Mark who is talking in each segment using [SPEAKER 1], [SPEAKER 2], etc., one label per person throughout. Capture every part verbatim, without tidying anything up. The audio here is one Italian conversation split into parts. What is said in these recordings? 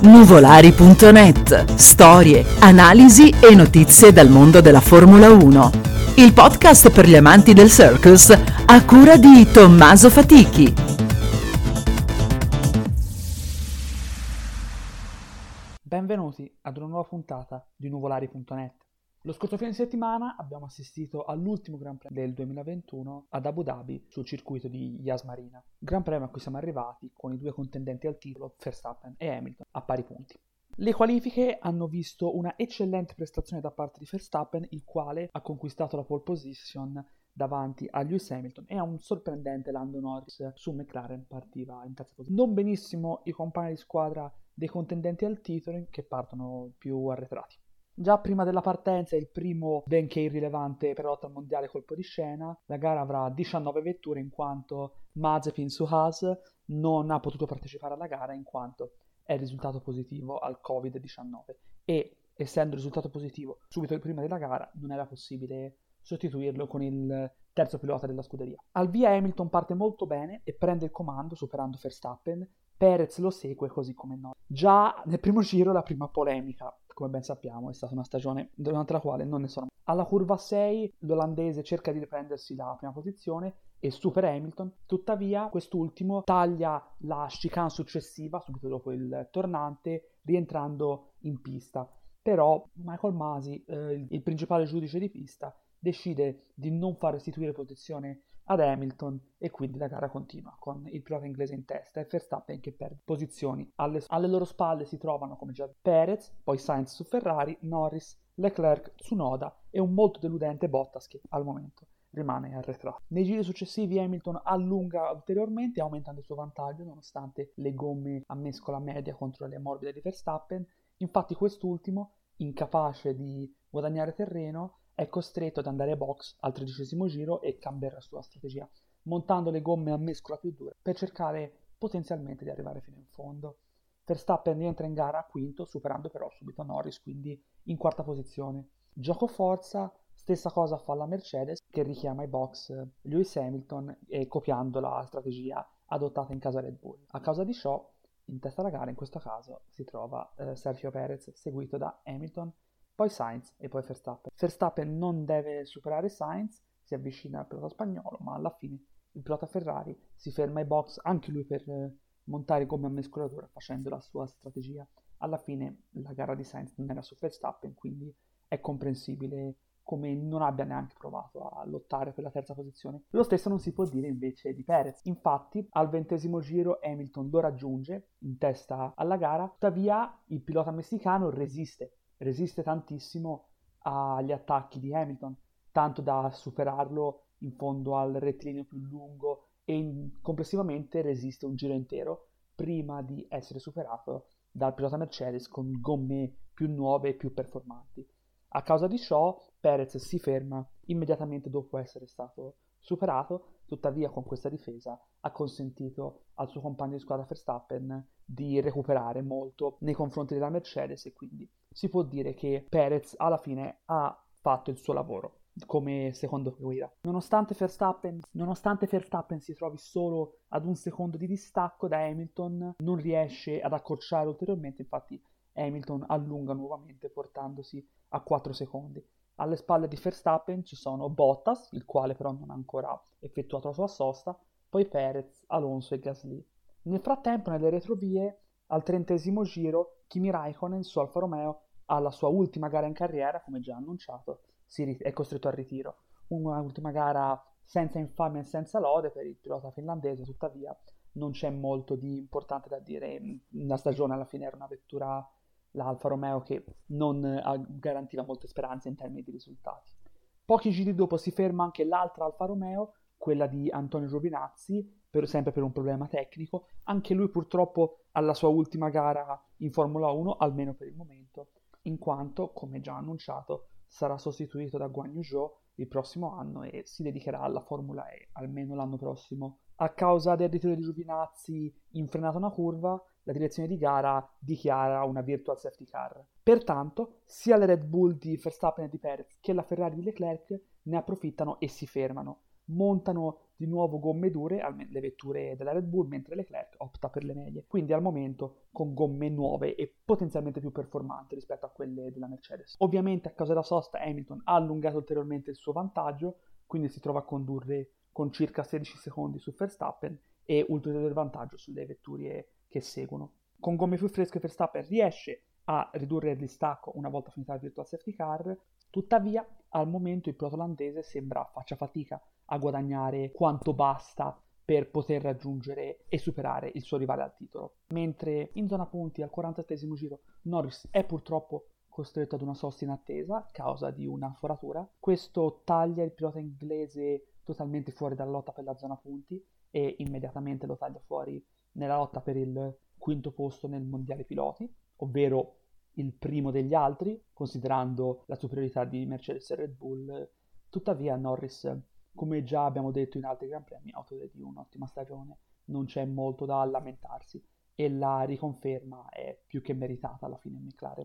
[SPEAKER 1] Nuvolari punto net. Storie, analisi e notizie dal mondo della Formula uno. Il podcast per gli amanti del circus a cura di Tommaso Fatichi.
[SPEAKER 2] Benvenuti ad una nuova puntata di Nuvolari punto net. Lo scorso fine settimana abbiamo assistito all'ultimo Gran Premio del duemilaventuno ad Abu Dhabi sul circuito di Yas Marina. Gran Premio a cui siamo arrivati con i due contendenti al titolo, Verstappen e Hamilton, a pari punti. Le qualifiche hanno visto una eccellente prestazione da parte di Verstappen, il quale ha conquistato la pole position davanti a Lewis Hamilton e a un sorprendente Lando Norris su McLaren partiva in terza posizione. Non benissimo i compagni di squadra dei contendenti al titolo che partono più arretrati. Già prima della partenza, il primo, benché irrilevante, pilota mondiale colpo di scena, la gara avrà diciannove vetture in quanto Mazepin su Haas non ha potuto partecipare alla gara in quanto è risultato positivo al covid diciannove e, essendo risultato positivo subito prima della gara, non era possibile sostituirlo con il terzo pilota della scuderia. Al via Hamilton parte molto bene e prende il comando superando Verstappen. Perez lo segue così come no. Già nel primo giro la prima polemica, come ben sappiamo, è stata una stagione durante la quale non ne sono. Alla curva sei l'olandese cerca di riprendersi la prima posizione e supera Hamilton, tuttavia quest'ultimo taglia la chicane successiva subito dopo il tornante rientrando in pista. Però Michael Masi, eh, il, il principale giudice di pista, decide di non far restituire posizione ad Hamilton e quindi la gara continua con il pilota inglese in testa e Verstappen che perde posizioni. Alle, alle loro spalle si trovano, come già Perez, poi Sainz su Ferrari, Norris, Leclerc, Tsunoda e un molto deludente Bottas che al momento rimane arretrato. Nei giri successivi Hamilton allunga ulteriormente aumentando il suo vantaggio nonostante le gomme a mescola media contro le morbide di Verstappen. Infatti quest'ultimo, incapace di guadagnare terreno, è costretto ad andare ai box al tredicesimo giro e cambiare la sua strategia, montando le gomme a mescola più dure per cercare potenzialmente di arrivare fino in fondo. Verstappen rientra in gara a quinto, superando però subito Norris, quindi in quarta posizione. Gioco forza, stessa cosa fa la Mercedes, che richiama ai box Lewis Hamilton e copiando la strategia adottata in casa Red Bull. A causa di ciò, in testa alla gara in questo caso si trova eh, Sergio Perez, seguito da Hamilton, poi Sainz e poi Verstappen. Verstappen non deve superare Sainz, si avvicina al pilota spagnolo, ma alla fine il pilota Ferrari si ferma ai box anche lui per eh, montare gomme a mescolatura facendo la sua strategia. Alla fine la gara di Sainz non era su Verstappen, quindi è comprensibile come non abbia neanche provato a lottare per la terza posizione. Lo stesso non si può dire invece di Perez. Infatti al ventesimo giro Hamilton lo raggiunge in testa alla gara, tuttavia il pilota messicano resiste resiste tantissimo agli attacchi di Hamilton, tanto da superarlo in fondo al rettilineo più lungo e in, complessivamente resiste un giro intero prima di essere superato dal pilota Mercedes con gomme più nuove e più performanti. A causa di ciò Perez si ferma immediatamente dopo essere stato superato, tuttavia con questa difesa ha consentito al suo compagno di squadra Verstappen di recuperare molto nei confronti della Mercedes e quindi si può dire che Perez alla fine ha fatto il suo lavoro come secondo guida. Nonostante Verstappen, nonostante Verstappen si trovi solo ad un secondo di distacco da Hamilton, non riesce ad accorciare ulteriormente, infatti Hamilton allunga nuovamente portandosi a quattro secondi. Alle spalle di Verstappen ci sono Bottas, il quale però non ha ancora effettuato la sua sosta, poi Perez, Alonso e Gasly. Nel frattempo, nelle retrovie, al trentesimo giro, Kimi Raikkonen su Alfa Romeo, alla sua ultima gara in carriera, come già annunciato, si rit- è costretto al ritiro. Una ultima gara senza infamia e senza lode per il pilota finlandese, tuttavia non c'è molto di importante da dire. La stagione alla fine era una vettura, l'Alfa Romeo, che non eh, garantiva molte speranze in termini di risultati. Pochi giri dopo si ferma anche l'altra Alfa Romeo, quella di Antonio Giovinazzi, per, sempre per un problema tecnico. Anche lui purtroppo alla sua ultima gara in Formula uno, almeno per il momento, in quanto, come già annunciato, sarà sostituito da Guan Yu Zhou il prossimo anno e si dedicherà alla Formula E, almeno l'anno prossimo. A causa del ritiro di Giovinazzi infrenata una curva, la direzione di gara dichiara una virtual safety car. Pertanto, sia le Red Bull di Verstappen e di Perez che la Ferrari di Leclerc ne approfittano e si fermano. Montano di nuovo gomme dure, le vetture della Red Bull, mentre Leclerc opta per le medie. Quindi al momento con gomme nuove e potenzialmente più performanti rispetto a quelle della Mercedes. Ovviamente a causa della sosta Hamilton ha allungato ulteriormente il suo vantaggio, quindi si trova a condurre con circa sedici secondi su Verstappen e ulteriore vantaggio sulle vetture che seguono. Con gomme più fresche Verstappen riesce a ridurre il distacco una volta finita la virtual safety car, tuttavia al momento il pilota olandese sembra faccia fatica a guadagnare quanto basta per poter raggiungere e superare il suo rivale al titolo. Mentre in zona punti al quarantasettesimo giro Norris è purtroppo costretto ad una sosta in attesa a causa di una foratura. Questo taglia il pilota inglese totalmente fuori dalla lotta per la zona punti e immediatamente lo taglia fuori nella lotta per il quinto posto nel mondiale piloti, ovvero il primo degli altri, considerando la superiorità di Mercedes e Red Bull. Tuttavia Norris, come già abbiamo detto in altri Gran Premi, autore di un'ottima stagione, non c'è molto da lamentarsi e la riconferma è più che meritata alla fine in McLaren.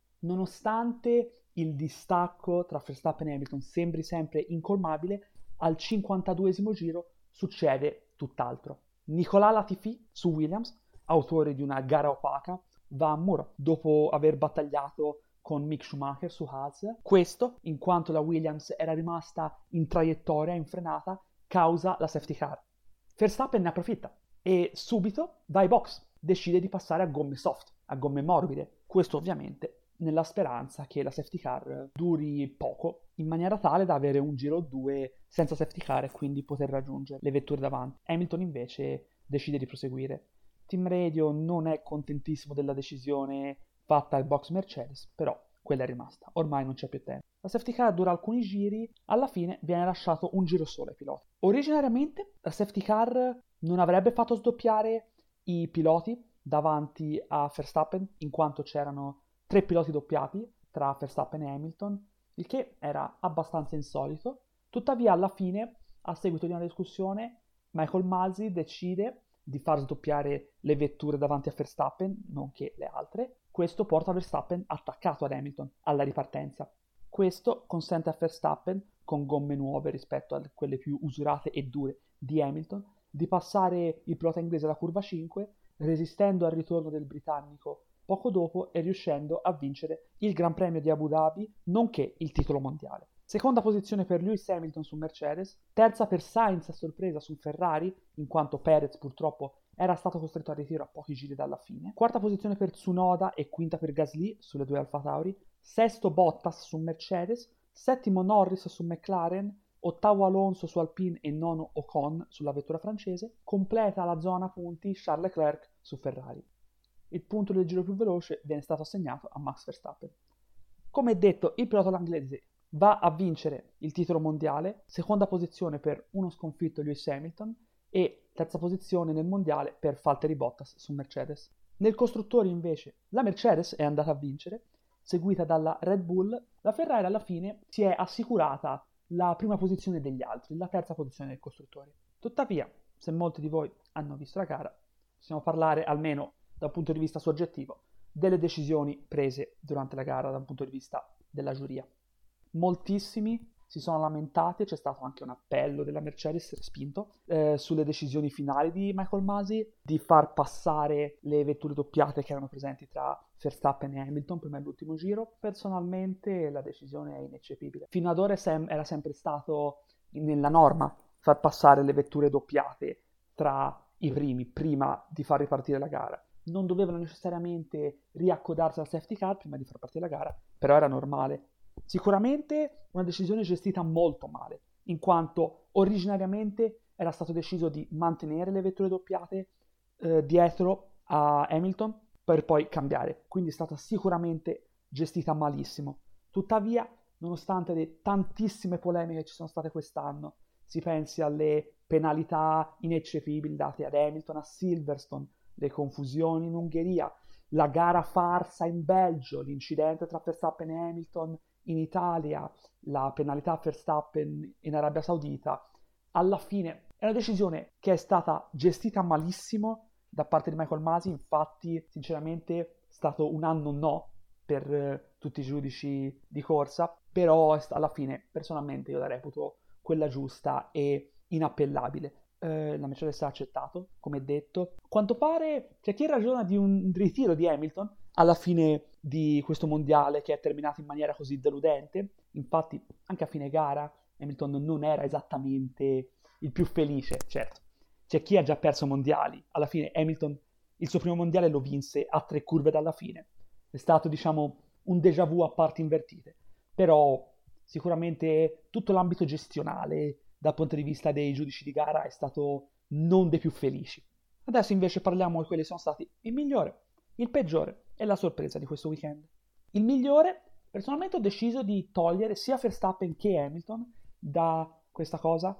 [SPEAKER 2] Nonostante il distacco tra Verstappen e Hamilton sembri sempre incolmabile, al cinquantaduesimo giro succede tutt'altro. Nicolas Latifi su Williams, autore di una gara opaca, va a muro dopo aver battagliato con Mick Schumacher su Haas. Questo in quanto la Williams era rimasta in traiettoria, in frenata, causa la safety car. Verstappen ne approfitta e subito dai box decide di passare a gomme soft, a gomme morbide. Questo ovviamente nella speranza che la safety car duri poco, in maniera tale da avere un giro o due senza safety car e quindi poter raggiungere le vetture davanti. Hamilton invece decide di proseguire. Team Radio non è contentissimo della decisione fatta al box Mercedes, però quella è rimasta, ormai non c'è più tempo. La safety car dura alcuni giri, alla fine viene lasciato un giro solo ai piloti. Originariamente la safety car non avrebbe fatto sdoppiare i piloti davanti a Verstappen, in quanto c'erano tre piloti doppiati tra Verstappen e Hamilton, il che era abbastanza insolito. Tuttavia alla fine, a seguito di una discussione, Michael Masi decide di far sdoppiare le vetture davanti a Verstappen, nonché le altre. Questo porta Verstappen attaccato ad Hamilton alla ripartenza. Questo consente a Verstappen, con gomme nuove rispetto a quelle più usurate e dure di Hamilton, di passare il pilota inglese alla curva cinque, resistendo al ritorno del britannico poco dopo e riuscendo a vincere il Gran Premio di Abu Dhabi, nonché il titolo mondiale. Seconda posizione per Lewis Hamilton su Mercedes, terza per Sainz a sorpresa su Ferrari, in quanto Perez purtroppo era stato costretto al ritiro a pochi giri dalla fine, quarta posizione per Tsunoda e quinta per Gasly sulle due Alfa Tauri, sesto Bottas su Mercedes, settimo Norris su McLaren, ottavo Alonso su Alpine e nono Ocon sulla vettura francese, completa la zona punti Charles Leclerc su Ferrari. Il punto del giro più veloce viene stato assegnato a Max Verstappen. Come detto, il pilota olandese va a vincere il titolo mondiale, seconda posizione per uno sconfitto Lewis Hamilton e terza posizione nel mondiale per Valtteri Bottas su Mercedes. Nel costruttori invece la Mercedes è andata a vincere, seguita dalla Red Bull. La Ferrari alla fine si è assicurata la prima posizione degli altri, la terza posizione del costruttore. Tuttavia, se molti di voi hanno visto la gara, possiamo parlare almeno da un punto di vista soggettivo delle decisioni prese durante la gara da un punto di vista della giuria. Moltissimi si sono lamentati, c'è stato anche un appello della Mercedes respinto eh, sulle decisioni finali di Michael Masi di far passare le vetture doppiate che erano presenti tra Verstappen e Hamilton prima dell'ultimo giro. Personalmente la decisione è ineccepibile. Fino ad ora sem- era sempre stato nella norma far passare le vetture doppiate tra i primi prima di far ripartire la gara. Non dovevano necessariamente riaccodarsi al safety car prima di far partire la gara, però era normale. Sicuramente una decisione gestita molto male, in quanto originariamente era stato deciso di mantenere le vetture doppiate eh, dietro a Hamilton per poi cambiare, quindi è stata sicuramente gestita malissimo. Tuttavia, nonostante le tantissime polemiche che ci sono state quest'anno, si pensi alle penalità ineccepibili date ad Hamilton a Silverstone, le confusioni in Ungheria, la gara farsa in Belgio, l'incidente tra Verstappen e Hamilton in Italia, la penalità a Verstappen in Arabia Saudita, alla fine è una decisione che è stata gestita malissimo da parte di Michael Masi. Infatti sinceramente è stato un anno no per eh, tutti i giudici di corsa, però alla fine personalmente io la reputo quella giusta e inappellabile. Eh, la Mercedes ha accettato, come detto. A quanto pare c'è chi ragiona di un ritiro di Hamilton alla fine di questo mondiale che è terminato in maniera così deludente. Infatti anche a fine gara Hamilton non era esattamente il più felice, certo. C'è chi ha già perso mondiali. Alla fine Hamilton il suo primo mondiale lo vinse a tre curve dalla fine. È stato, diciamo, un déjà vu a parti invertite. Però sicuramente tutto l'ambito gestionale dal punto di vista dei giudici di gara è stato non dei più felici. Adesso invece parliamo di quelli che sono stati il migliore, il peggiore e la sorpresa di questo weekend. Il migliore, personalmente ho deciso di togliere sia Verstappen che Hamilton da questa cosa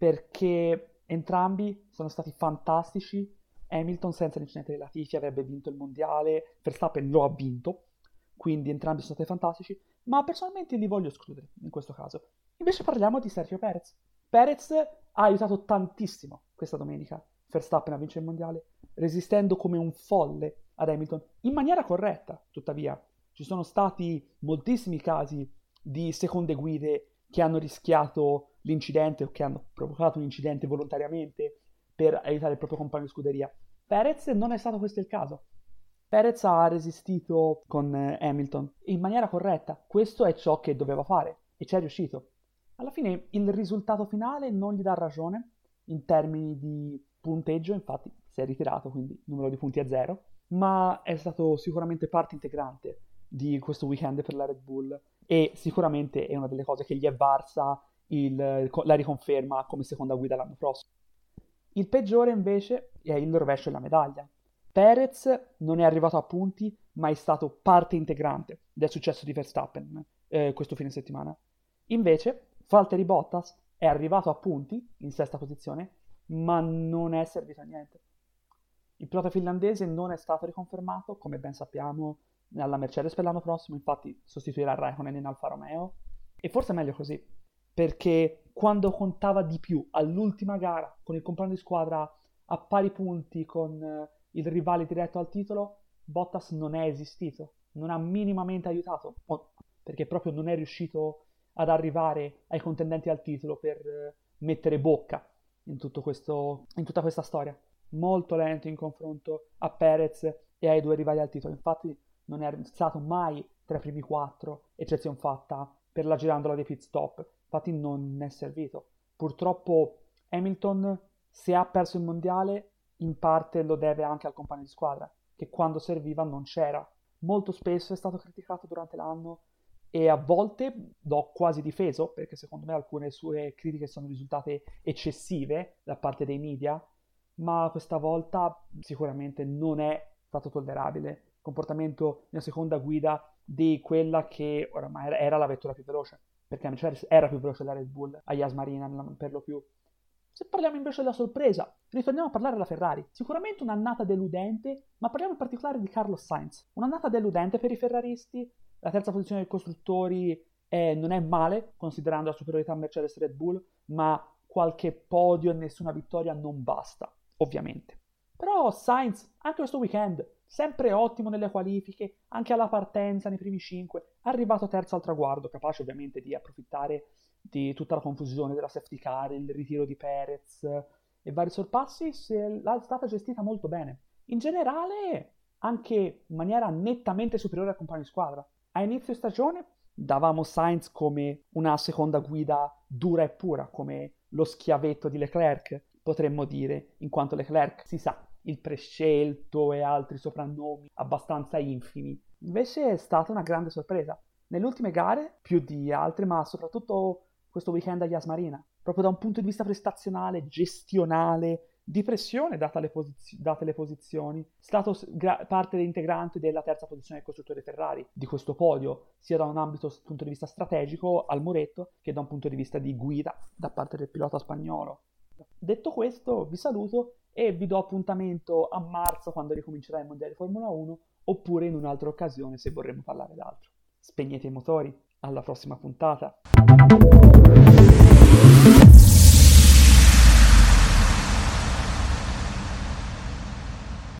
[SPEAKER 2] perché entrambi sono stati fantastici. Hamilton senza l'incidente della Latifi avrebbe vinto il mondiale, Verstappen lo ha vinto, quindi entrambi sono stati fantastici, ma personalmente li voglio escludere in questo caso. Invece parliamo di Sergio Perez. Perez ha aiutato tantissimo questa domenica Verstappen a vincere il mondiale, resistendo come un folle ad Hamilton, in maniera corretta, tuttavia. Ci sono stati moltissimi casi di seconde guide che hanno rischiato l'incidente o che hanno provocato un incidente volontariamente per aiutare il proprio compagno di scuderia. Perez non è stato questo il caso. Perez ha resistito con Hamilton in maniera corretta. Questo è ciò che doveva fare e ci è riuscito. Alla fine il risultato finale non gli dà ragione in termini di punteggio, infatti si è ritirato, quindi il numero di punti è zero, ma è stato sicuramente parte integrante di questo weekend per la Red Bull e sicuramente è una delle cose che gli è varsa il, la riconferma come seconda guida l'anno prossimo. Il peggiore invece è il rovescio della medaglia. Perez non è arrivato a punti, ma è stato parte integrante del successo di Verstappen eh, questo fine settimana. Invece Valtteri Bottas è arrivato a punti in sesta posizione, ma non è servito a niente. Il pilota finlandese non è stato riconfermato, come ben sappiamo, alla Mercedes per l'anno prossimo, infatti sostituirà Raikkonen in Alfa Romeo, e forse è meglio così, perché quando contava di più all'ultima gara, con il compagno di squadra a pari punti con eh, il rivale diretto al titolo, Bottas non è esistito, non ha minimamente aiutato, perché proprio non è riuscito ad arrivare ai contendenti al titolo per eh, mettere bocca in, tutto questo, in tutta questa storia. Molto lento in confronto a Perez e ai due rivali al titolo, infatti non è stato mai tra i primi quattro, eccezione fatta per la girandola dei pit stop, infatti non è servito. Purtroppo Hamilton, se ha perso il mondiale, in parte lo deve anche al compagno di squadra, che quando serviva non c'era. Molto spesso è stato criticato durante l'anno e a volte l'ho quasi difeso, perché secondo me alcune sue critiche sono risultate eccessive da parte dei media, ma questa volta sicuramente non è stato tollerabile il comportamento nella seconda guida di quella che oramai era la vettura più veloce, perché Mercedes era più veloce della Red Bull a Yas Marina per lo più. Se parliamo invece della sorpresa, ritorniamo a parlare della Ferrari. Sicuramente un'annata deludente, ma parliamo in particolare di Carlos Sainz. Un'annata deludente per i ferraristi, la terza posizione dei costruttori è, non è male, considerando la superiorità Mercedes-Red Bull, ma qualche podio e nessuna vittoria non basta, ovviamente. Però Sainz, anche questo weekend, sempre ottimo nelle qualifiche, anche alla partenza nei primi cinque, arrivato terzo al traguardo, capace ovviamente di approfittare di tutta la confusione della safety car, il ritiro di Perez e vari sorpassi, se l'ha stata gestita molto bene. In generale, anche in maniera nettamente superiore al compagno di squadra. A inizio stagione davamo Sainz come una seconda guida dura e pura, come lo schiavetto di Leclerc, potremmo dire, in quanto Leclerc, si sa, il prescelto e altri soprannomi abbastanza infimi. Invece è stata una grande sorpresa. Nelle ultime gare, più di altre, ma soprattutto questo weekend a Yas Marina, proprio da un punto di vista prestazionale, gestionale, di pressione date le, posiz- date le posizioni, è stato gra- parte integrante della terza posizione del costruttore Ferrari di questo podio, sia da un ambito punto di vista strategico al muretto, che da un punto di vista di guida da parte del pilota spagnolo. Detto questo, vi saluto e vi do appuntamento a marzo quando ricomincerà il Mondiale Formula uno, oppure in un'altra occasione se vorremmo parlare d'altro. Spegnete i motori, alla prossima puntata!